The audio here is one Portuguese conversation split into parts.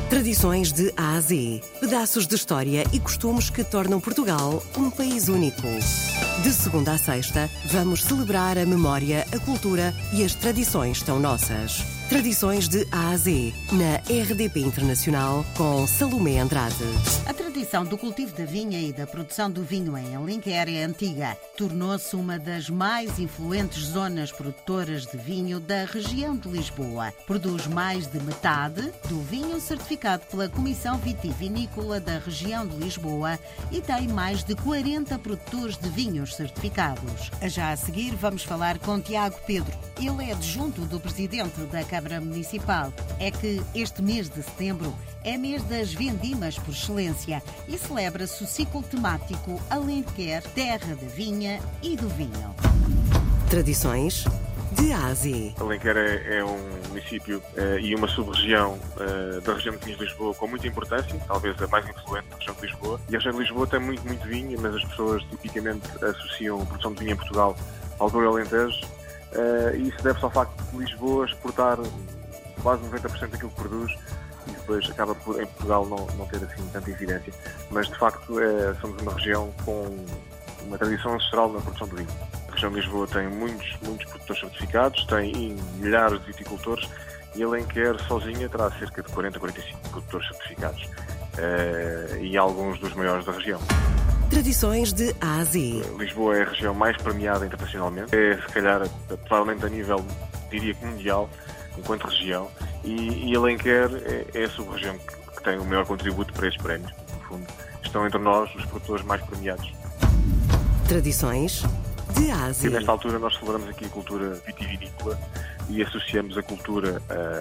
Tradições de A a Z. Pedaços de história e costumes que tornam Portugal um país único. De segunda a sexta, vamos celebrar a memória, a cultura e as tradições tão nossas. Tradições de A a Z, na RDP Internacional, com Salomé Andrade. A tradição do cultivo da vinha e da produção do vinho em Alenquer é antiga. Tornou-se uma das mais influentes zonas produtoras de vinho da região de Lisboa. Produz mais de metade do vinho certificado pela Comissão Vitivinícola da região de Lisboa e tem mais de 40 produtores de vinhos certificados. Já a seguir vamos falar com Tiago Pedro. Ele é adjunto do presidente da Câmara Municipal. É que este mês de setembro é mês das vendimas por excelência e celebra-se o ciclo temático Alenquer, terra da vinha e do vinho. Tradições de A a Z. Alenquer é um município e uma sub-região da região de vinhos de Lisboa com muita importância, talvez a mais influente da região de Lisboa. E a região de Lisboa tem muito vinho, mas as pessoas tipicamente associam a produção de vinho em Portugal ao Douro e Alentejo. E isso deve-se ao facto de Lisboa exportar quase 90% daquilo que produz e depois acaba por, em Portugal, não ter assim tanta evidência. Mas, de facto, somos uma região com uma tradição ancestral na produção de vinho. A região de Lisboa tem muitos produtores certificados, tem milhares de viticultores e Alenquer sozinha terá cerca de 45 produtores certificados e alguns dos maiores da região. Tradições de A a Z. Lisboa é a região mais premiada internacionalmente. É, se calhar, provavelmente a nível, diria que mundial, enquanto região. E Alenquer é a sub-região que tem o maior contributo para estes prémios. No fundo, estão entre nós os produtores mais premiados. Tradições de A a Z. E nesta altura nós celebramos aqui a cultura vitivinícola e associamos a cultura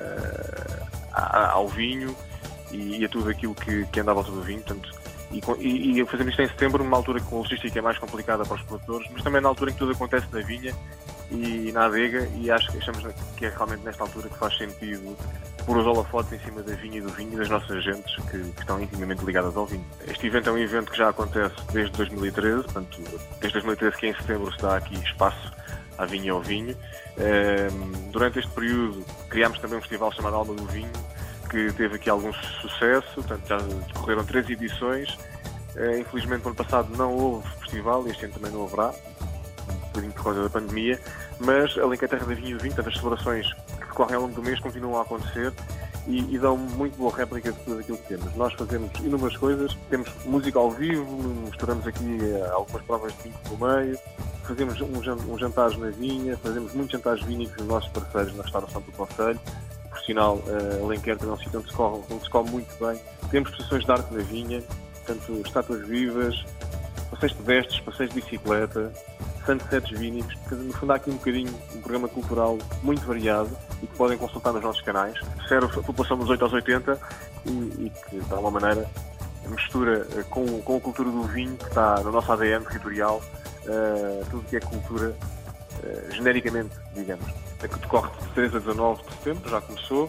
ao vinho e a tudo aquilo que anda à volta do vinho. Portanto, e fazemos isto em setembro, numa altura que a logística é mais complicada para os produtores, mas também na altura em que tudo acontece na vinha e na adega, e achamos que é realmente nesta altura que faz sentido pôr os holofotes em cima da vinha e do vinho e das nossas agentes que estão intimamente ligadas ao vinho. Este evento é um evento que já acontece desde 2013, portanto, desde 2013 que em setembro se dá aqui espaço à vinha e ao vinho. Durante este período criámos também um festival chamado Alma do Vinho, que teve aqui algum sucesso, portanto já decorreram 3 edições. Infelizmente no ano passado não houve festival e este ano também não haverá, um bocadinho por causa da pandemia, mas Alenquer, terra da vinha e do vinho, portanto as celebrações que decorrem ao longo do mês continuam a acontecer e dão muito boa réplica de tudo aquilo que temos. Nós fazemos inúmeras coisas, temos música ao vivo, misturamos aqui algumas provas de vinho pelo meio, fazemos uns jantares na vinha, fazemos muitos jantares vínicos nos nossos parceiros na restauração do Conselho. Por sinal, Alenquer também é um sítio onde se come muito bem. Temos exposições de arte na vinha, portanto, estátuas vivas, passeios pedestres, passeios de bicicleta, sunsets vínicos. No fundo, há aqui um bocadinho um programa cultural muito variado e que podem consultar nos nossos canais. Serve a população dos 8 aos 80 e que, de alguma maneira, mistura com a cultura do vinho, que está no nosso ADN territorial, tudo que é cultura, genericamente, digamos. Que decorre de 3 a 19 de setembro, já começou,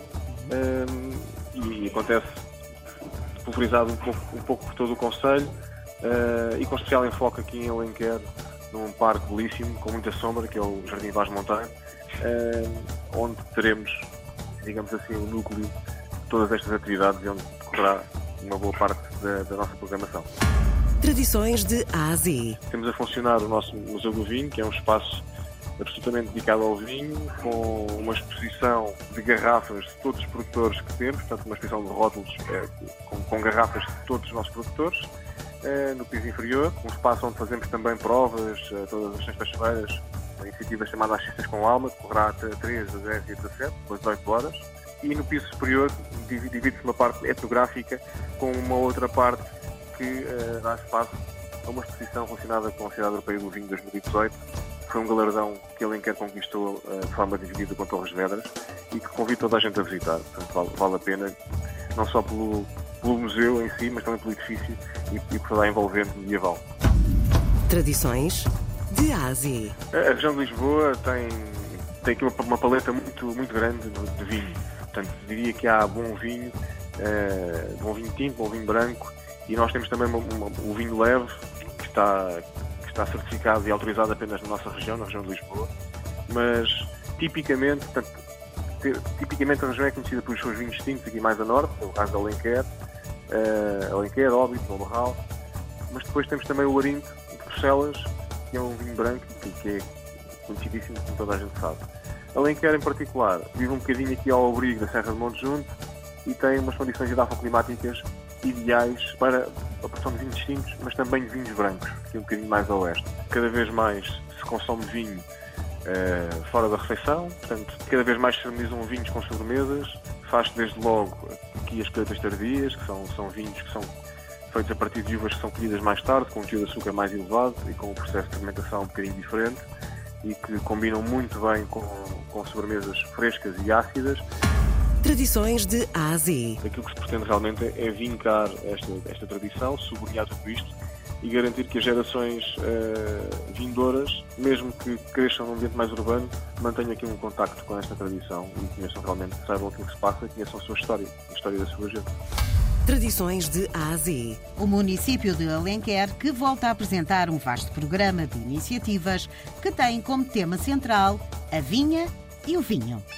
e acontece pulverizado um pouco por todo o Conselho, e com especial enfoque aqui em Alenquer, num parque belíssimo, com muita sombra, que é o Jardim Vaz Montanha, onde teremos, digamos assim, o núcleo de todas estas atividades e onde decorrerá uma boa parte da nossa programação. Tradições de A a Z. Temos a funcionar o nosso Museu do Vinho, que é um espaço absolutamente dedicado ao vinho, com uma exposição de garrafas de todos os produtores que temos, portanto uma exposição de rótulos com garrafas de todos os nossos produtores, no piso inferior, um espaço onde fazemos também provas todas as sextas-feiras, uma iniciativa chamada As Ciências com Alma, que correrá até 3, 10 e 17, depois de 8 horas, e no piso superior divide-se uma parte etnográfica com uma outra parte que dá espaço a uma exposição relacionada com a Cidade Europeia do Vinho 2018. Foi um galardão que Alenquer conquistou de forma dividida com Torres Vedras e que convido toda a gente a visitar. Portanto, vale a pena, não só pelo museu em si, mas também pelo edifício e por toda a envolvente medieval. Tradições de A a Z. A região de Lisboa tem aqui uma paleta muito grande de vinho. Portanto, diria que há bom vinho tinto, bom vinho branco, e nós temos também o vinho leve, que está certificado e autorizado apenas na nossa região, na região de Lisboa, mas tipicamente, portanto, tipicamente a região é conhecida pelos seus vinhos tintos, aqui mais a norte, o caso de Alenquer, Óbidos, Valbarral, mas depois temos também o Larinto de Bruxelas, que é um vinho branco que é conhecidíssimo, como toda a gente sabe. Alenquer, em particular, vive um bocadinho aqui ao abrigo da Serra de Monte Junto e tem umas condições edafoclimáticas ideais para a produção de vinhos distintos, mas também de vinhos brancos, que é um bocadinho mais a oeste. Cada vez mais se consome vinho fora da refeição, portanto, cada vez mais se harmonizam vinhos com sobremesas. Faz-se desde logo aqui as colheitas tardias, que são vinhos que são feitos a partir de uvas que são colhidas mais tarde, com um teor de açúcar mais elevado e com um processo de fermentação um bocadinho diferente e que combinam muito bem com sobremesas frescas e ácidas. Tradições de A a Z. Aquilo que se pretende realmente é vincar esta tradição, sublinhar tudo isto e garantir que as gerações vindouras, mesmo que cresçam num ambiente mais urbano, mantenham aqui um contacto com esta tradição e conheçam realmente, saibam aquilo que se passa e conheçam a sua história, a história da sua gente. Tradições de A a Z. O município de Alenquer, que volta a apresentar um vasto programa de iniciativas que tem como tema central a vinha e o vinho.